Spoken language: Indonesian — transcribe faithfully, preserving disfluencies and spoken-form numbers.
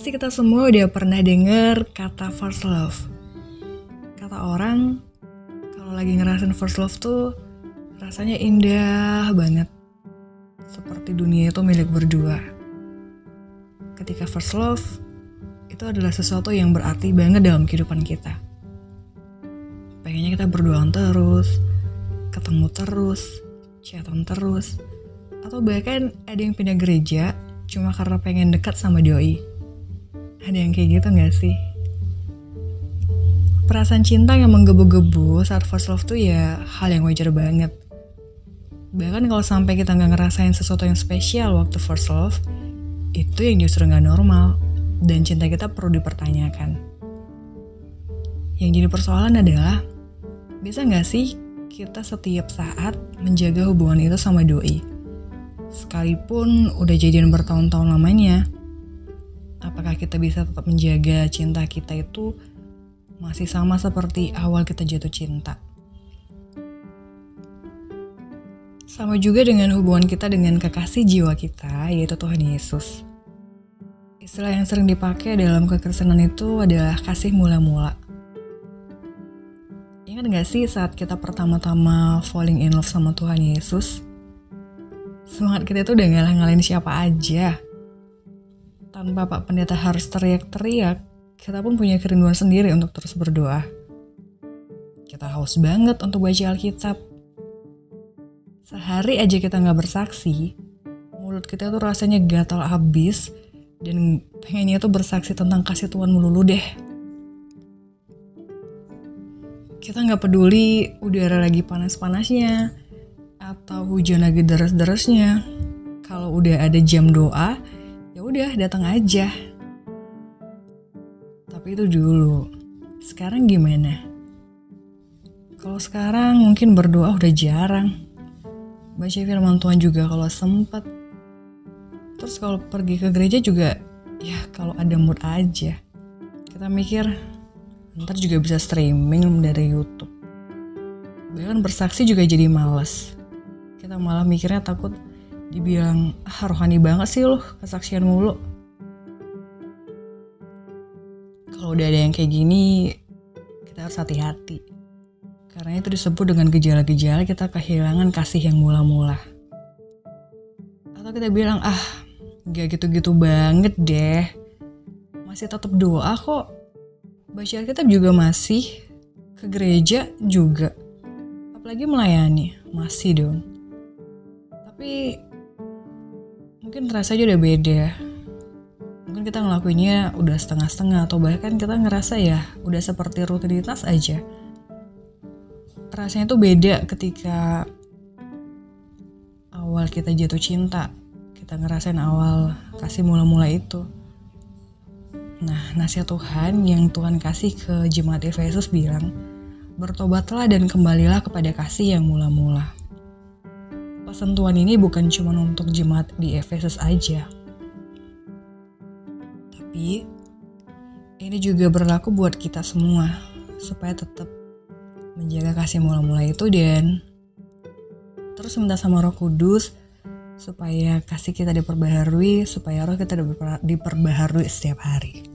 Pasti kita semua udah pernah denger kata first love. Kata orang, kalau lagi ngerasain first love tuh rasanya indah banget. Seperti dunia itu milik berdua. Ketika first love, itu adalah sesuatu yang berarti banget dalam kehidupan kita. Pengennya kita berduaan terus, ketemu terus, chatan terus, atau bahkan ada yang pindah gereja cuma karena pengen dekat sama doi. Ada yang kayak gitu gak sih? Perasaan cinta yang menggebu-gebu saat first love tuh ya hal yang wajar banget. Bahkan kalau sampai kita gak ngerasain sesuatu yang spesial waktu first love, itu yang justru gak normal, dan cinta kita perlu dipertanyakan. Yang jadi persoalan adalah, bisa gak sih kita setiap saat menjaga hubungan itu sama doi? Sekalipun udah jadian bertahun-tahun lamanya, apakah kita bisa tetap menjaga cinta kita itu masih sama seperti awal kita jatuh cinta? Sama juga dengan hubungan kita dengan kekasih jiwa kita, yaitu Tuhan Yesus. Istilah yang sering dipakai dalam kekristenan itu adalah kasih mula-mula. Ingat gak sih saat kita pertama-tama falling in love sama Tuhan Yesus? Semangat kita itu udah ngalah-ngalahin siapa aja. Tanpa Pak Pendeta harus teriak-teriak, kita pun punya kerinduan sendiri untuk terus berdoa. Kita haus banget untuk baca Alkitab. Sehari aja kita gak bersaksi, mulut kita tuh rasanya gatal abis, dan pengennya tuh bersaksi tentang kasih Tuhan melulu deh. Kita gak peduli udara lagi panas-panasnya, atau hujan lagi deras-derasnya. Kalau udah ada jam doa, ya udah datang aja. Tapi itu dulu. Sekarang gimana? Kalau sekarang mungkin berdoa udah jarang. Baca firman Tuhan juga kalau sempet. Terus kalau pergi ke gereja juga ya kalau ada mood aja. Kita mikir ntar juga bisa streaming dari YouTube. Bahkan bersaksi juga jadi males. Kita malah mikirnya takut dibilang, ah rohani banget sih loh, kesaksian mulu. Kalau udah ada yang kayak gini, kita harus hati-hati. Karena itu disebut dengan gejala-gejala kita kehilangan kasih yang mula-mula. Atau kita bilang, ah gak gitu-gitu banget deh. Masih tetap doa kok. Baca Alkitab juga masih. Ke gereja juga. Apalagi melayani, masih dong. Tapi mungkin terasa aja udah beda. Mungkin kita ngelakuinnya udah setengah-setengah, atau bahkan kita ngerasa ya udah seperti rutinitas aja. Rasanya tuh beda ketika awal kita jatuh cinta. Kita ngerasain awal kasih mula-mula itu. Nah, nasihat Tuhan yang Tuhan kasih ke jemaat Efesus bilang, bertobatlah dan kembalilah kepada kasih yang mula-mula. Pesan Tuhan ini bukan cuma untuk jemaat di Efesus aja. Tapi ini juga berlaku buat kita semua, supaya tetap menjaga kasih mula-mula itu dan terus minta sama Roh Kudus supaya kasih kita diperbaharui, supaya roh kita diperbaharui setiap hari.